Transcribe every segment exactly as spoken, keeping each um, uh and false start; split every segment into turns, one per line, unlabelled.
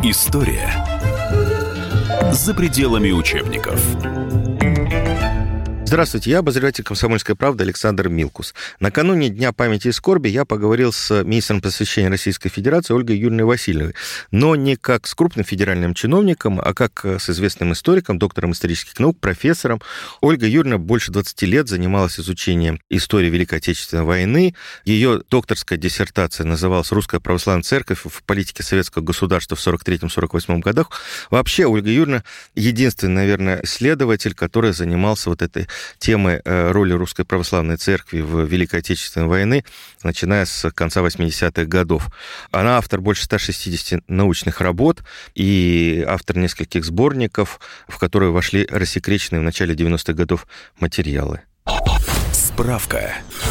История за пределами учебников.
Здравствуйте, я обозреватель «Комсомольской правды» Александр Милкус. Накануне Дня памяти и скорби я поговорил с министром просвещения Российской Федерации Ольгой Юрьевной Васильевой, но не как с крупным федеральным чиновником, а как с известным историком, доктором исторических наук, профессором. Ольга Юрьевна больше двадцати лет занималась изучением истории Великой Отечественной войны. Ее докторская диссертация называлась «Русская православная церковь в политике советского государства в сорок третьем — сорок восьмом годах». Вообще, Ольга Юрьевна единственный, наверное, исследователь, который занимался вот этой темы роли Русской Православной Церкви в Великой Отечественной войны, начиная с конца восьмидесятых годов. Она автор больше ста шестидесяти научных работ и автор нескольких сборников, в которые вошли рассекреченные в начале девяностых годов материалы.
Справка.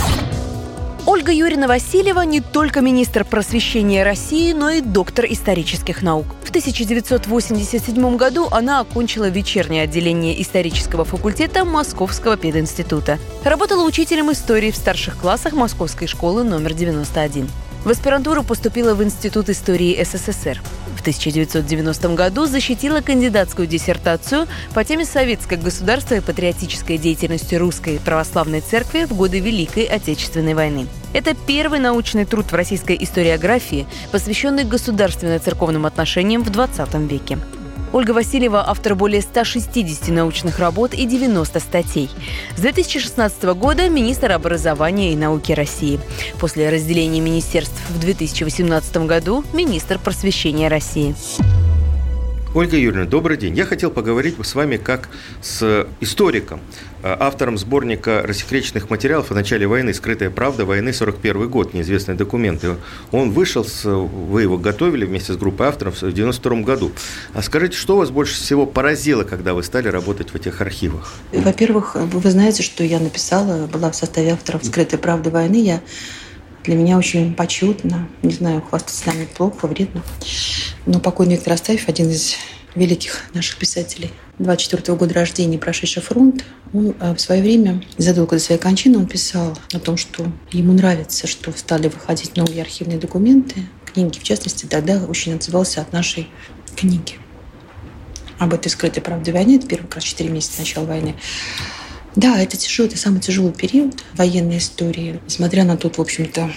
Ольга Юрьевна Васильева не только министр просвещения России, но и доктор исторических наук. В тысяча девятьсот восемьдесят седьмом году она окончила вечернее отделение исторического факультета Московского пединститута. Работала учителем истории в старших классах Московской школы номер девяносто один. В аспирантуру поступила в Институт истории СССР. В тысяча девятьсот девяностом году защитила кандидатскую диссертацию по теме «Советское государство и патриотическая деятельность Русской Православной Церкви в годы Великой Отечественной войны». Это первый научный труд в российской историографии, посвященный государственно-церковным отношениям в двадцатом веке. Ольга Васильева – автор более ста шестидесяти научных работ и девяноста статей. С две тысячи шестнадцатого года министр образования и науки России. После разделения министерств в две тысячи восемнадцатом году министр просвещения России.
Ольга Юрьевна, добрый день. Я хотел поговорить с вами как с историком, автором сборника рассекреченных материалов о начале войны «Скрытая правда войны сорок первый год. Неизвестные документы». Он вышел, с, вы его готовили вместе с группой авторов в девяносто втором году. А скажите, что вас больше всего поразило, когда вы стали работать в этих архивах?
Во-первых, вы знаете, что я написала, была в составе авторов «Скрытой правды войны». Я, для меня очень почетно, не знаю, хвастаться нами плохо, вредно. Но покойный Виктор Астафьев, один из великих наших писателей, двадцать четвёртого года рождения, прошедший фронт, он в свое время, задолго до своей кончины, он писал о том, что ему нравится, что стали выходить новые архивные документы, книги, в частности, тогда очень отзывался от нашей книги об этой скрытой правде войны. Это первые как раз четыре месяца начала войны. Да, это тяжелый, это самый тяжелый период военной истории. Несмотря на тот, в общем-то,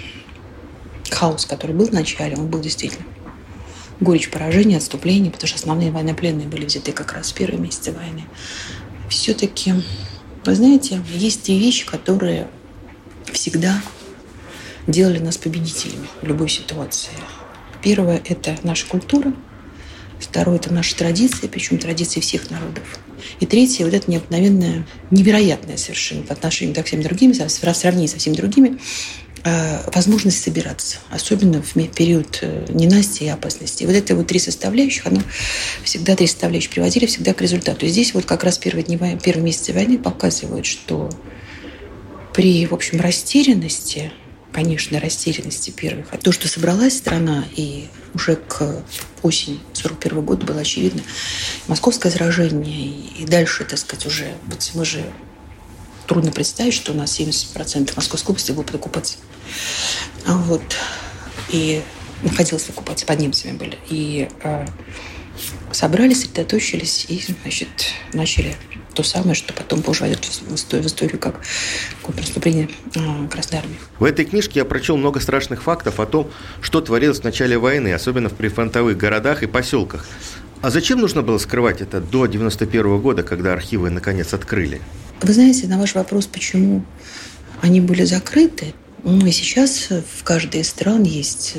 хаос, который был в начале, он был действительно горечь поражения, отступления, потому что основные военнопленные были взяты как раз в первые месяцы войны. Все-таки, вы знаете, есть две вещи, которые всегда делали нас победителями в любой ситуации. Первое – это наша культура. Второе – это наши традиции, причем традиции всех народов. И третье – вот это необыкновенное, невероятное совершенно по отношению ко всем другим, в сравнении со всеми другими, возможность собираться, особенно в период ненастья и опасности. И вот это вот три составляющих, оно всегда, три составляющих приводили всегда к результату. И здесь вот как раз первые, дни, первые месяцы войны показывают, что при, в общем, растерянности, конечно, растерянности первых, а то, что собралась страна, и уже к осени сорок первого года было очевидно московское сражение, и дальше, так сказать, уже, вот мы же трудно представить, что у нас семьдесят процентов Московской области было под оккупацией. Вот. И находилась в оккупации, под немцами были. И э, собрались, сосредоточились и, значит, начали то самое, что потом позже войдет в историю, в историю как контрнаступление э, Красной Армии.
В этой книжке я прочел много страшных фактов о том, что творилось в начале войны, особенно в прифронтовых городах и поселках. А зачем нужно было скрывать это до девяносто первого года, когда архивы наконец открыли?
Вы знаете, на ваш вопрос, почему они были закрыты, ну и сейчас в каждой из стран есть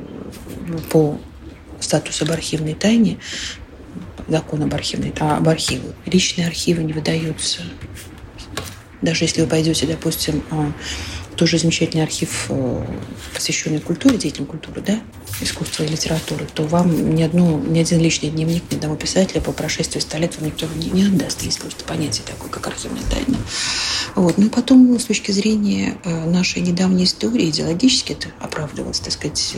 по статусу об архивной тайне закон об архивной об архивах. Личные архивы не выдаются. Даже если вы пойдете, допустим, в тот же замечательный архив, посвященный культуре, деятелям культуры, да, искусства и литературы, то вам ни, одну, ни один личный дневник ни одного писателя по прошествии ста лет вам никто не, не отдаст. Есть просто понятие такое, как архивная тайна. Вот. Ну и потом, с точки зрения нашей недавней истории, идеологически это оправдывалось, так сказать,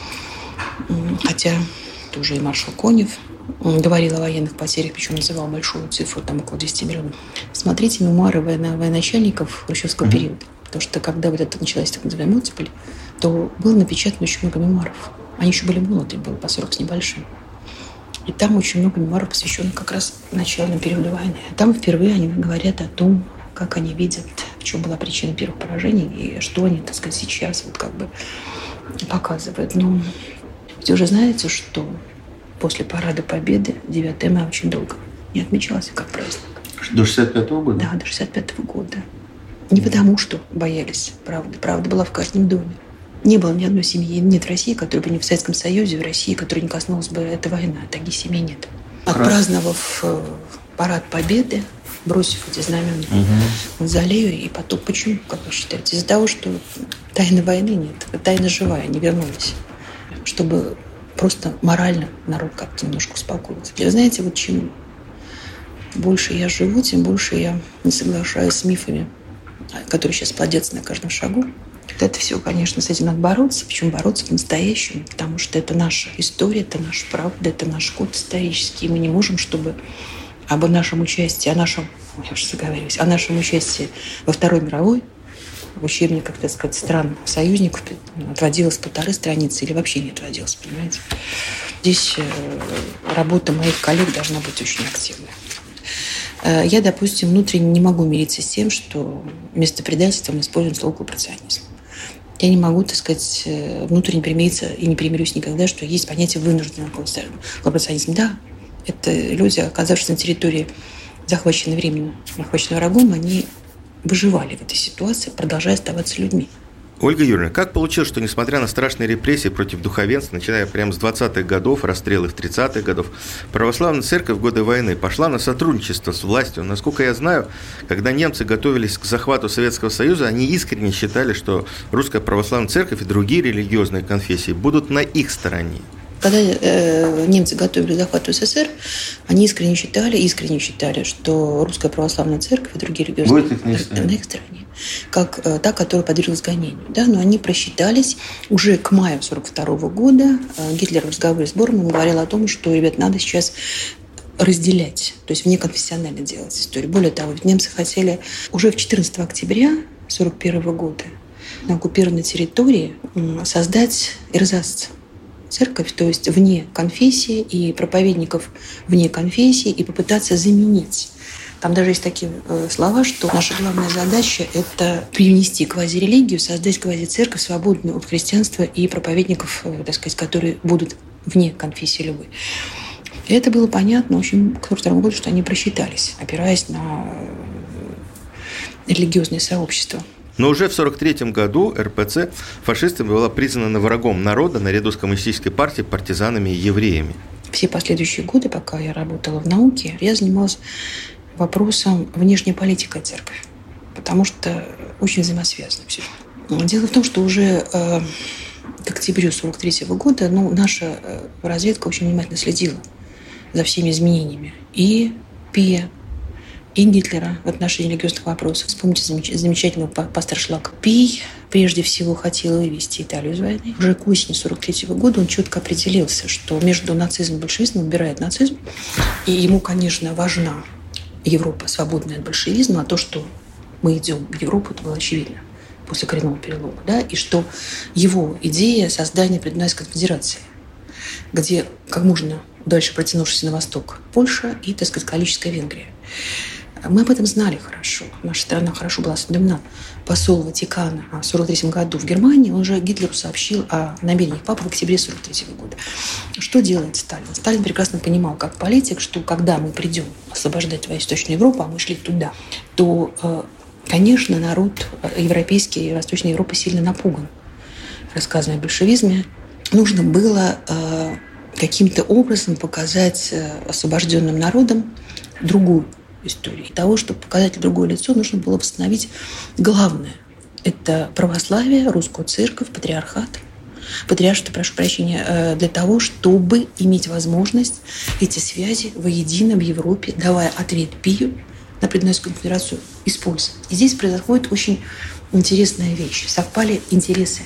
хотя тоже и маршал Конев говорил о военных потерях, причем называл большую цифру, там около десяти миллионов. Смотрите мемуары военно- военачальников хрущевского периода. Потому что когда вот это началась так называемая оттепель, то было напечатано очень много мемуаров. Они еще были молоды, было по сорок с небольшим. И там очень много мемуаров, посвященных как раз началу периода войны. Там впервые они говорят о том, как они видят, в чем была причина первых поражений и что они, так сказать, сейчас вот как бы показывают. Но ведь уже знаете, что после Парада Победы девятое мая очень долго не отмечался как праздник.
До шестьдесят пятого года?
Да, до шестьдесят пятого года. Не потому, что боялись правды. Правда была в каждом доме. Не было ни одной семьи, нет в России, которая бы не в Советском Союзе, в России, которая не коснулась бы этой войны. Таких семей нет. Отпраздновав Парад Победы, бросив эти знамена угу. в мавзолею, и потом, почему, как вы считаете? Из-за того, что тайны войны нет, тайна живая, не вернулись. Чтобы просто морально народ как-то немножко успокоился. Вы знаете, вот чем больше я живу, тем больше я не соглашаюсь с мифами, которые сейчас плодятся на каждом шагу. Это все, конечно, с этим надо бороться. Почему бороться по-настоящему? Потому что это наша история, это наша правда, это наш код исторический. И мы не можем, чтобы об нашем участии, о нашем, я уже заговорилась, о нашем участии во Второй мировой в учебниках, так сказать, стран-союзников отводилось полторы страницы или вообще не отводилось, понимаете? Здесь работа моих коллег должна быть очень активной. Я, допустим, внутренне не могу мириться с тем, что вместо предательства мы используем слово коллаборационизм. Я не могу, так сказать, внутренне примириться и не примирюсь никогда, что есть понятие вынужденного коллаборационизма. Да, это люди, оказавшись на территории, захваченной временно, захваченной врагом, они выживали в этой ситуации, продолжая оставаться людьми.
Ольга Юрьевна, как получилось, что, несмотря на страшные репрессии против духовенства, начиная прямо с двадцатых годов, расстрелы в тридцатых годов, православная церковь в годы войны пошла на сотрудничество с властью? Насколько я знаю, когда немцы готовились к захвату Советского Союза, они искренне считали, что русская православная церковь и другие религиозные конфессии будут на их стороне.
Когда э, немцы готовили к захвату СССР, они искренне считали, искренне считали, что русская православная церковь и другие религиозные конфессии на их стороне, как э, та, которая подверглась гонению. Да? Но они просчитались. Уже к маю сорок второго года э, Гитлер в разговоре с Борманом говорил о том, что, ребят, надо сейчас разделять, то есть внеконфессионально делать историю. Более того, ведь немцы хотели уже в четырнадцатого октября сорок первого года на оккупированной территории создать эрзац, церковь, то есть вне конфессии и проповедников вне конфессии, и попытаться заменить. Там даже есть такие э, слова, что наша главная задача – это привнести квазирелигию, создать квазицерковь, свободную от христианства и проповедников, э, так сказать, которые будут вне конфессии любой. И это было понятно, в общем, к сорок второму году, что они просчитались, опираясь на религиозные сообщества.
Но уже в сорок третьем году эр пэ цэ фашистами была признана врагом народа наряду с коммунистической партией, партизанами и евреями.
Все последующие годы, пока я работала в науке, я занималась вопросом внешней политики церкви, потому что очень взаимосвязано все. Дело в том, что уже э, к октябрю сорок третьего года ну, наша э, разведка очень внимательно следила за всеми изменениями и Пия, и Гитлера в отношении религиозных вопросов. Вспомните замеч- замечательного пастора Шлака. Пий прежде всего хотел вывести Италию из войны. Уже к осени сорок третьего года он четко определился, что между нацизмом и большевизмом выбирает нацизм. И ему, конечно, важна Европа, свободная от большевизма, а то, что мы идем в Европу, это было очевидно после коренного перелома. Да? И что его идея создания предназначенной конфедерации, где как можно дальше протянувшись на восток Польша и, так сказать, католическая Венгрия. Мы об этом знали хорошо. Наша страна хорошо была осведомлена. Посол Ватикана в сорок третьем году в Германии, он же Гитлеру сообщил о намерениях папы в октябре сорок третьего года. Что делает Сталин? Сталин прекрасно понимал, как политик, что когда мы придем освобождать Восточную Европу, а мы шли туда, то, конечно, народ европейский и Восточной Европы сильно напуган рассказами о большевизме. Нужно было каким-то образом показать освобожденным народам другую историю. Для того, чтобы показать другое лицо, нужно было восстановить главное. Это православие, русскую церковь, патриархат. Патриаршество, прошу прощения, для того, чтобы иметь возможность эти связи воедино в Европе, давая ответ Пию на предназначенную конфедерацию, использовать. И здесь происходит очень интересная вещь. Совпали интересы.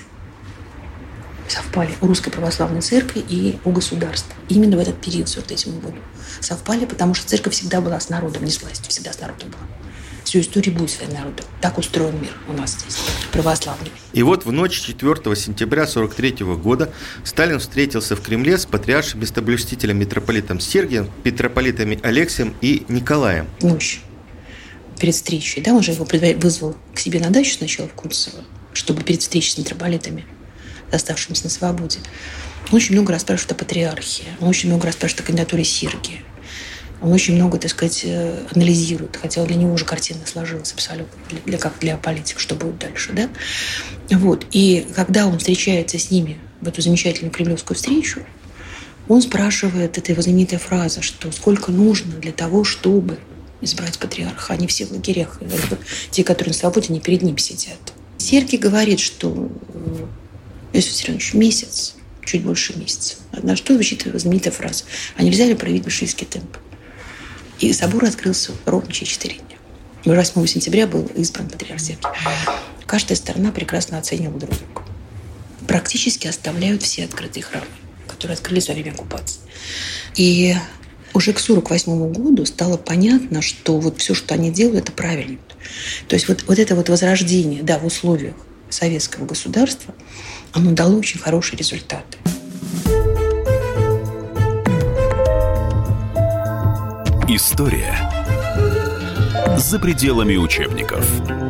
Совпали у Русской Православной Церкви и у государства. Именно в этот период, сорок третьему году. Совпали, потому что церковь всегда была с народом, не с властью, всегда с народом была. всю историю будет своим народом. Так устроен мир у нас здесь, православный.
И вот в ночь четвёртого сентября сорок третьего года Сталин встретился в Кремле с патриаршим местоблюстителем митрополитом Сергием, митрополитами Алексием и Николаем.
Ночь перед встречей, да, он же его вызвал к себе на дачу сначала в Кунцево, чтобы перед встречей с митрополитами, оставшимися на свободе. Он очень много расспрашивает о патриархии, он очень много расспрашивает о кандидатуре Сергия. Он очень много, так сказать, анализирует, хотя для него уже картина сложилась абсолютно, для, для, как для политика, что будет дальше, да? Вот. И когда он встречается с ними в эту замечательную кремлевскую встречу, он спрашивает, это его знаменитая фраза, что сколько нужно для того, чтобы избрать патриарха, они все в лагерях, те, которые на свободе, они перед ним сидят. Сергий говорит, что Иосиф Виссарионович, месяц, чуть больше месяца. На что звучит его знаменитая фраза: а нельзя ли проявить большевистский темп? И собор открылся ровно через четыре дня. восьмого сентября был избран патриарх Сергий. Каждая сторона прекрасно оценивала друг друга. Практически оставляют все открытые храмы, которые открылись во время оккупации. И уже к сорок восьмому году стало понятно, что вот все, что они делают, это правильно. То есть вот, вот это вот возрождение, да, в условиях советского государства, оно дало очень хорошие результаты.
История за пределами учебников.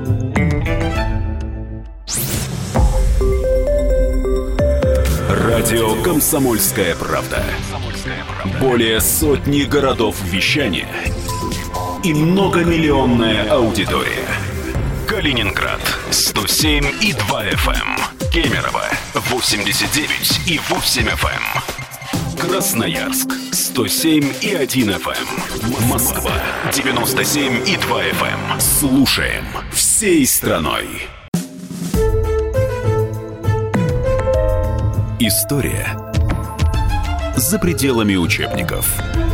Радио «Комсомольская правда». Более сотни городов вещания и многомиллионная аудитория. Калининград сто семь и два эф эм, Кемерово восемьдесят девять и восемь эф эм, Красноярск сто семь и один эф эм, Москва девяносто семь и два эф эм. Слушаем всей страной. История за пределами учебников.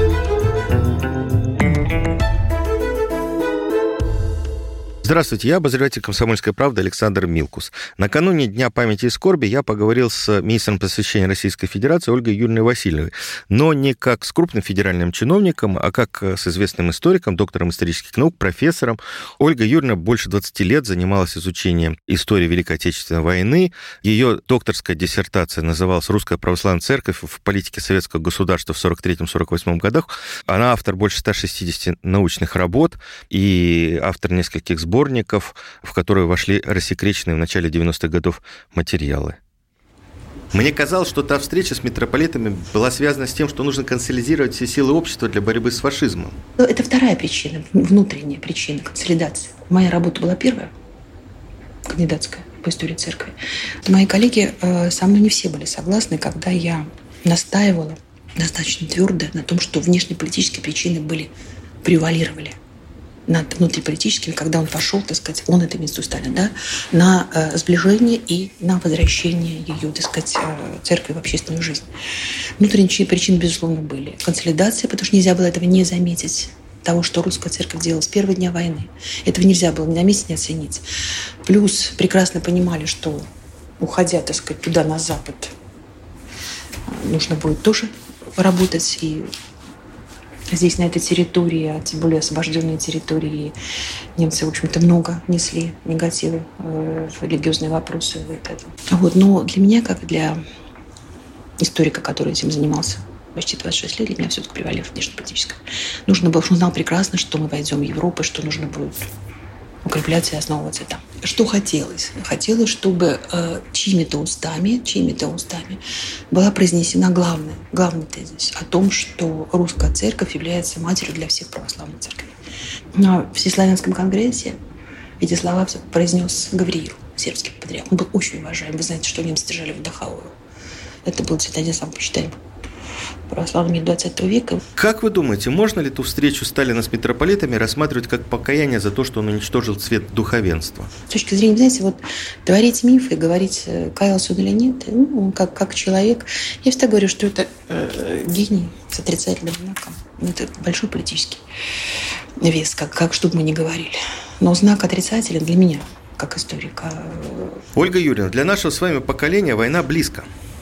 Здравствуйте, я обозреватель «Комсомольской правды» Александр Милкус. Накануне Дня памяти и скорби я поговорил с министром просвещения Российской Федерации Ольгой Юрьевной Васильевой, но не как с крупным федеральным чиновником, а как с известным историком, доктором исторических наук, профессором. Ольга Юрьевна больше двадцати лет занималась изучением истории Великой Отечественной войны. Ее докторская диссертация называлась «Русская православная церковь в политике советского государства в сорок третьем — сорок восьмом годах». Она автор больше ста шестидесяти научных работ и автор нескольких сборников, сборников, в которые вошли рассекреченные в начале девяностых годов материалы. Мне казалось, что та встреча с митрополитами была связана с тем, что нужно консолидировать все силы общества для борьбы с фашизмом.
Это вторая причина, внутренняя причина консолидации. Моя работа была первая, кандидатская по истории церкви. Мои коллеги со мной не все были согласны, когда я настаивала достаточно твердо на том, что внешнеполитические причины были превалировали над внутриполитическими, когда он пошел, так сказать, он это имеется в виду Сталин, да, на э, сближение и на возвращение ее, так сказать, э, церкви в общественную жизнь. Внутренние причины, безусловно, были. Консолидация, потому что нельзя было этого не заметить, того, что русская церковь делала с первого дня войны. Этого нельзя было ни заметить, не оценить. Плюс прекрасно понимали, что, уходя, так сказать, туда, на Запад, нужно будет тоже работать и здесь, на этой территории, а тем более освобожденной территории, немцы, в общем-то, много несли негативы в религиозные вопросы. Вот. Но для меня, как для историка, который этим занимался почти двадцать шесть лет, для меня все-таки превалировало внешнеполитическое. Нужно было, он знал прекрасно, что мы войдем в Европу, что нужно будет укрепляться и основываться там. Что хотелось? Хотелось, чтобы э, чьими-то устами, чьими-то устами была произнесена главная, главный тезис о том, что русская церковь является матерью для всех православных церквей. На Всеславянском конгрессе эти слова произнес Гавриил, сербский патриарх. Он был очень уважаем. Вы знаете, что немцы держали в Дахауэ. Это был один из самых почитаемых православный мир двадцатого века.
Как вы думаете, можно ли ту встречу Сталина с митрополитами рассматривать как покаяние за то, что он уничтожил цвет духовенства?
С точки зрения, знаете, вот творить мифы, говорить, каялся он или нет, ну, как, как человек. Я всегда говорю, что это э, гений с отрицательным знаком. Это большой политический вес, как, как что бы мы ни говорили. Но знак отрицателен для меня, как историка.
Ольга Юрьевна, для нашего с вами поколения война близко.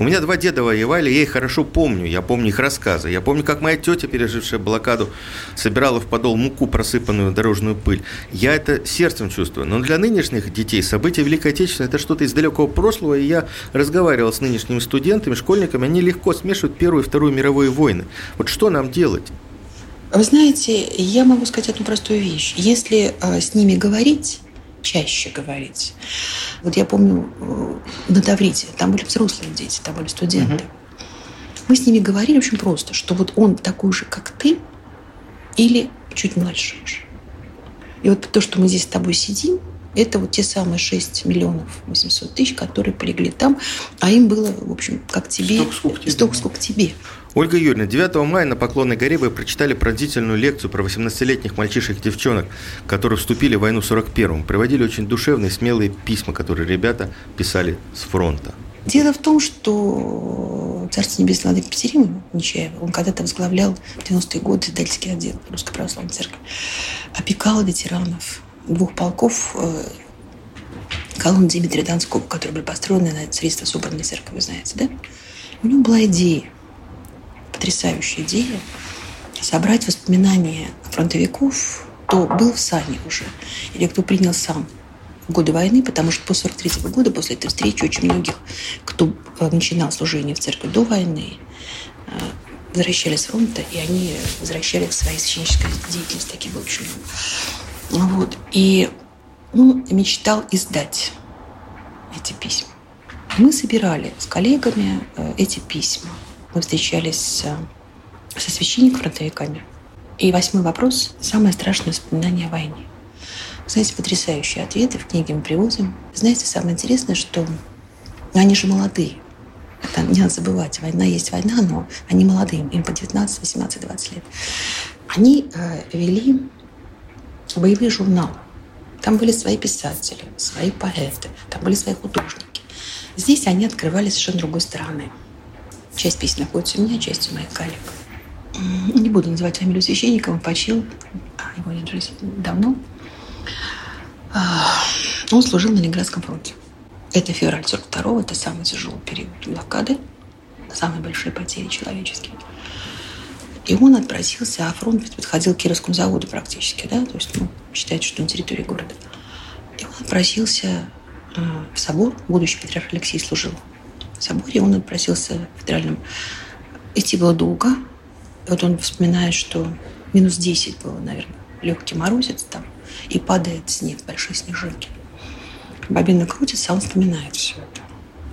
У меня два деда воевали, я их хорошо помню, я помню их рассказы. Я помню, как моя тетя, пережившая блокаду, собирала в подол муку, просыпанную дорожную пыль. Я это сердцем чувствую. Но для нынешних детей события Великой Отечественной – это что-то из далекого прошлого, и я разговаривал с нынешними студентами, школьниками, они легко смешивают Первую и Вторую мировые войны. Вот что нам делать?
Вы знаете, я могу сказать одну простую вещь. Если э, с ними говорить, чаще говорить. Вот я помню э, на Таврите, там были взрослые дети, там были студенты. Угу. Мы с ними говорили очень просто, что вот он такой же, как ты, или чуть младше уже. И вот то, что мы здесь с тобой сидим, это вот те самые шесть миллионов восемьсот тысяч, которые полегли там, а им было, в общем, как тебе, столько, сколько тебе. Столько, сколько тебе.
Ольга Юрьевна, девятого мая на Поклонной горе вы прочитали пронзительную лекцию про восемнадцатилетних мальчишек и девчонок, которые вступили в войну в сорок первом. Приводили очень душевные, смелые письма, которые ребята писали с фронта.
Дело в том, что Царство Небесное владыка Петерима Нечаева, он когда-то возглавлял в девяностые годы издательский отдел Русской Православной Церкви, опекал ветеранов двух полков колонн Дмитрия Донского, которые были построены на средства собранной церкви, вы знаете, да? У него была идея, потрясающая идея, собрать воспоминания фронтовиков, кто был в сане уже, или кто принял сан в годы войны, потому что после сорок третьего года, после этой встречи, очень многих, кто начинал служение в церкви до войны, возвращались с фронта, и они возвращались к своей священнической деятельности, таких было очень много. Вот. И он мечтал издать эти письма. Мы собирали с коллегами эти письма. Мы встречались со священниками-фронтовиками. И восьмой вопрос – самое страшное воспоминание о войне. Знаете, потрясающие ответы в книге мы привозим. Знаете, самое интересное, что они же молодые. Это не надо забывать. Война есть война, но они молодые. Им по девятнадцать, восемнадцать, двадцать лет. Они э, вели боевые журналы. Там были свои писатели, свои поэты, там были свои художники. Здесь они открывали совершенно другой стороны. Часть песен находится у меня, часть у моих коллег. Не буду называть фамилию священника, он почил, его нет в жизни давно. Он служил на Ленинградском фронте. Это февраль сорок второго, это самый тяжелый период блокады, самые большие потери человеческие. И он отпросился, а фронт подходил к Кировскому заводу практически, да, то есть, ну, считается, что на территории города. И он отпросился э, в собор, будущий патриарх Алексей служил в соборе, он отпросился в федеральном. Идти было долго. Вот он вспоминает, что минус десять было, наверное, легкий морозец там, и падает снег, большие снежинки. Бобина крутится, а он вспоминает все это.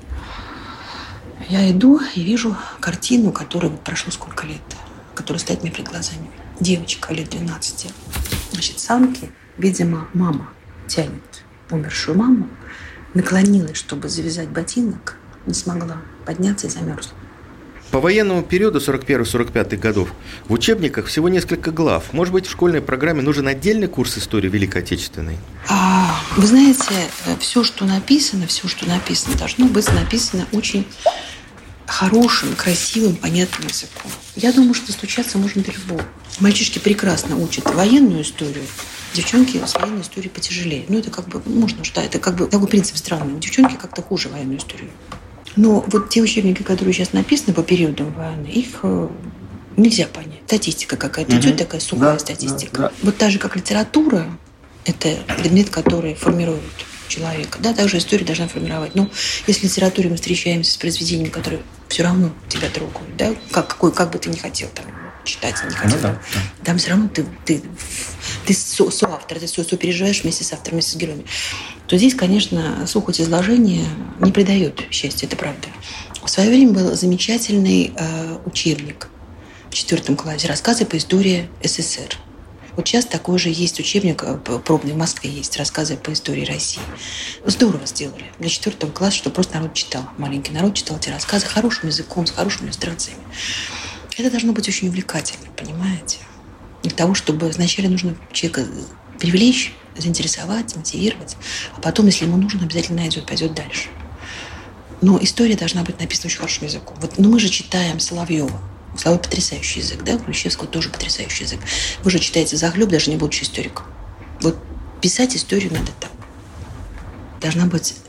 Я иду и вижу картину, которой прошло сколько лет, которая стоит мне перед глазами. Девочка лет двенадцати. Значит, санки, видимо, мама тянет умершую маму, наклонилась, чтобы завязать ботинок, не смогла подняться и замерзла.
По военному периоду сорок первый сорок пятый годов в учебниках всего несколько глав. Может быть, в школьной программе нужен отдельный курс истории Великой Отечественной?
А, вы знаете, все, что написано, все, что написано, должно быть написано очень хорошим, красивым, понятным языком. Я думаю, что стучаться можно до любого. Мальчишки прекрасно учат военную историю, девчонки с военной историей потяжелее. Ну, это как бы, можно что, это как бы такой принцип странный. У девчонки как-то хуже военную историю. Но вот те учебники, которые сейчас написаны по периодам войны, их нельзя понять. Статистика какая-то угу. идет, такая сухая да, статистика. Да, да. Вот так же, как литература, это предмет, который формирует человека. Да, также история должна формировать. Но если в литературе мы встречаемся с произведениями, которые все равно тебя трогают, да, как, какой, как бы ты ни хотел там читать, не хотел, ну, да, да. там все равно ты, ты, ты со, соавтор, ты со, сопереживаешь вместе с автором, вместе с героями, то здесь, конечно, сухость изложения не придает счастья, это правда. В свое время был замечательный э, учебник в четвертом классе «Рассказы по истории СССР». Вот сейчас такой же есть учебник, пробный в Москве есть, рассказы по истории России. Здорово сделали для четвертого класса, чтобы просто народ читал. Маленький народ читал эти рассказы хорошим языком, с хорошими иллюстрациями. Это должно быть очень увлекательно, понимаете? Для того, чтобы вначале нужно человека привлечь, заинтересовать, мотивировать, а потом, если ему нужно, обязательно найдет, пойдет дальше. Но история должна быть написана очень хорошим языком. Вот, ну, мы же читаем Соловьева. У Соловьева потрясающий язык, да? У Ключевского тоже потрясающий язык. Вы же читаете захлеб, даже не будучи историком. Вот писать историю надо так. Должна быть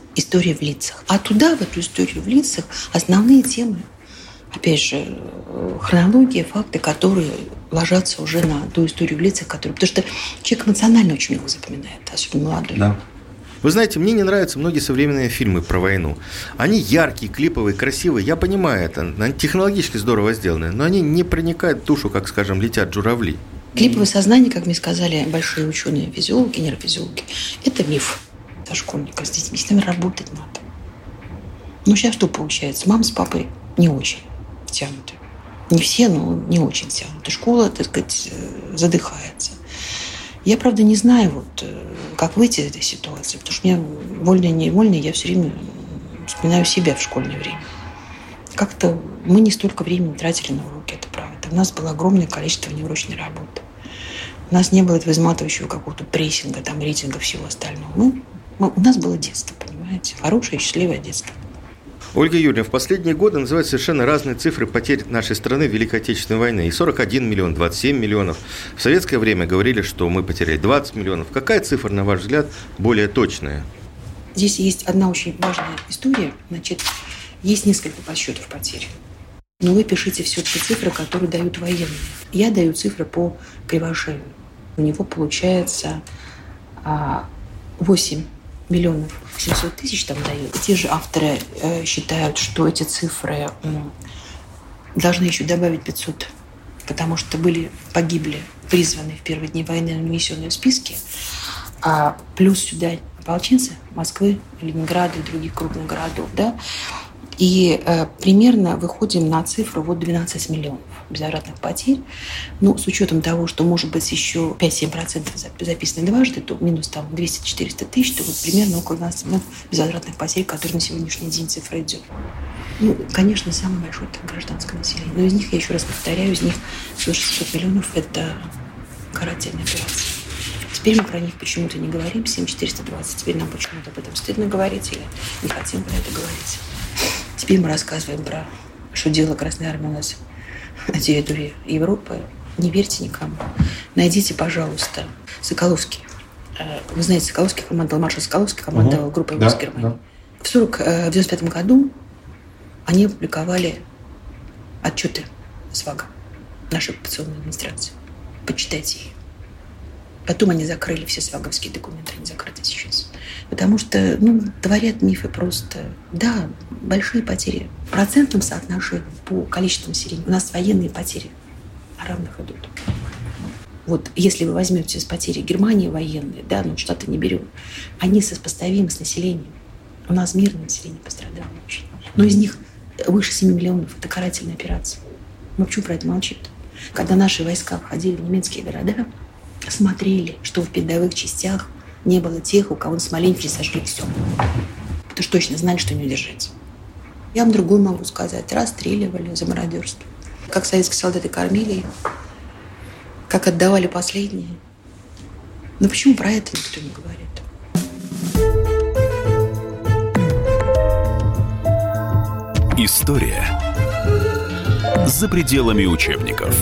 история в лицах. А туда, в эту историю в лицах, основные темы, опять же, хронология, факты, которые ложатся уже на ту историю в лицах, которую... Потому что человек эмоционально очень много запоминает, особенно молодой.
Да. Вы знаете, мне не нравятся многие современные фильмы про войну. Они яркие, клиповые, красивые. Я понимаю это. Они технологически здорово сделаны, но они не проникают в душу, как, скажем, летят журавли.
Клиповое сознание, как мне сказали большие ученые, физиологи, нейрофизиологи, это миф для школьника. С детьми, с ними работать надо. Ну, сейчас что получается? Мама с папой не очень втянуты. Не все, но не очень втянуты. Школа, так сказать, задыхается. Я, правда, не знаю, вот, как выйти из этой ситуации, потому что у меня вольно и невольно, я все время вспоминаю себя в школьное время. Как-то мы не столько времени тратили на уроки, это правда. У нас было огромное количество внеурочной работы. У нас не было этого изматывающего какого-то прессинга, там, рейтинга, всего остального. Мы, мы, у нас было детство, понимаете? Хорошее, счастливое детство.
Ольга Юрьевна, в последние годы называют совершенно разные цифры потерь нашей страны в Великой Отечественной войне. И сорок один миллион, двадцать семь миллионов. В советское время говорили, что мы потеряли двадцать миллионов. Какая цифра, на ваш взгляд, более точная?
Здесь есть одна очень важная история. Значит, есть несколько подсчетов потерь. Но вы пишите все-таки цифры, которые дают военные. Я даю цифры по Кривошееву. У него получается восемь миллионов семьсот тысяч там дают. Те же авторы э, считают, что эти цифры э, должны еще добавить пятьсот, потому что были, погибли, призваны в первые дни войны, нанесенные в списке, а плюс сюда ополченцы Москвы, Ленинграда и других крупных городов, да, и э, примерно выходим на цифру вот двенадцать миллионов безвозвратных потерь. Ну, с учетом того, что, может быть, еще пять-семь процентов записаны дважды, то минус там двести-четыреста тысяч, то вот примерно около двенадцати миллионов безвозвратных потерь, которые на сегодняшний день цифра идет. Ну, конечно, самое большое – это гражданское население. Но из них, я еще раз повторяю, из них сто шестьдесят миллионов – это карательная операция. Теперь мы про них почему-то не говорим, семь тысяч четыреста двадцать. Теперь нам почему-то об этом стыдно говорить или не хотим про это говорить. Теперь мы рассказываем про, что делала Красная Армия у нас на территории Европы. Не верьте никому. Найдите, пожалуйста, Соколовский. Вы знаете, Соколовский командовал, маршал Соколовский командовал угу. группой войск да, Германии. Да. В сорок, в девяносто пятом году они опубликовали отчеты СВАГа, нашей оккупационной администрации. Почитайте их. Потом они закрыли все сваговские документы, они закрыты сейчас. Потому что, ну, творят мифы просто. Да, большие потери. В процентном соотношении по количеству населения у нас военные потери на равных идут. Вот если вы возьмете с потери Германии военные, да, ну, Штаты не берем, они сопоставимы с населением. У нас мирное население пострадало очень. Но из них выше семи миллионов – это карательная операция. Мы почему про это молчим? Когда наши войска входили в немецкие города, смотрели, что в передовых частях не было тех, у кого на Смоленщине сожгли все. Потому что точно знали, что не удержать. Я вам другую могу сказать. Расстреливали за мародерство. Как советские солдаты кормили их, как отдавали последние. Но почему про это никто не говорит?
История за пределами учебников.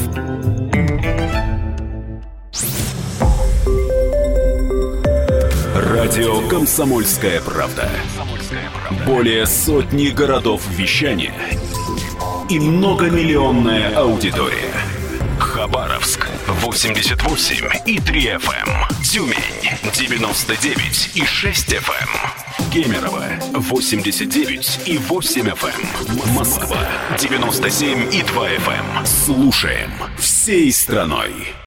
Радио «Комсомольская правда». Более сотни городов вещания и многомиллионная аудитория. Хабаровск восемьдесят восемь и три эф эм, Тюмень девяносто девять и шесть эф эм, Кемерово восемьдесят девять и восемь эф эм, Москва девяносто семь и два эф эм. Слушаем всей страной.